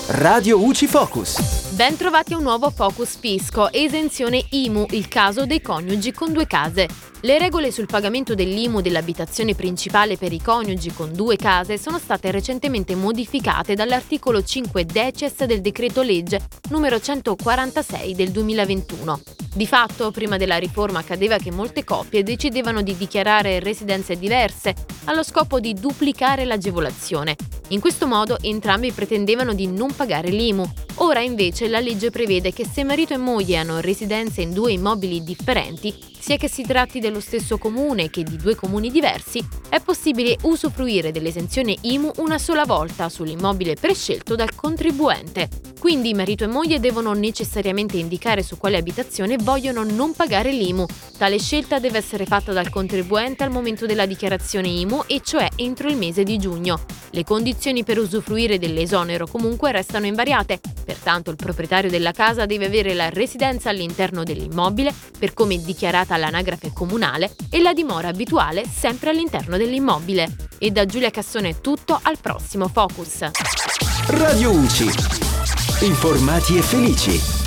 Radio UCI Focus. Ben trovati a un nuovo Focus Fisco, esenzione IMU, il caso dei coniugi con due case. Le regole sul pagamento dell'IMU dell'abitazione principale per i coniugi con due case sono state recentemente modificate dall'articolo 5 decies del decreto legge numero 146 del 2021. Di fatto, prima della riforma accadeva che molte coppie decidevano di dichiarare residenze diverse allo scopo di duplicare l'agevolazione. In questo modo entrambi pretendevano di non pagare l'IMU. Ora invece la legge prevede che se marito e moglie hanno residenze in due immobili differenti, sia che si tratti dello stesso comune che di due comuni diversi, è possibile usufruire dell'esenzione IMU una sola volta sull'immobile prescelto dal contribuente. Quindi marito e moglie devono necessariamente indicare su quale abitazione vogliono non pagare l'IMU. Tale scelta deve essere fatta dal contribuente al momento della dichiarazione IMU, e cioè entro il mese di giugno. Le condizioni per usufruire dell'esonero comunque restano invariate, pertanto il proprietario della casa deve avere la residenza all'interno dell'immobile, per come dichiarata all'anagrafe comunale, e la dimora abituale sempre all'interno dell'immobile. E da Giulia Cassone è tutto, al prossimo Focus. Radio UCI. Informati e felici.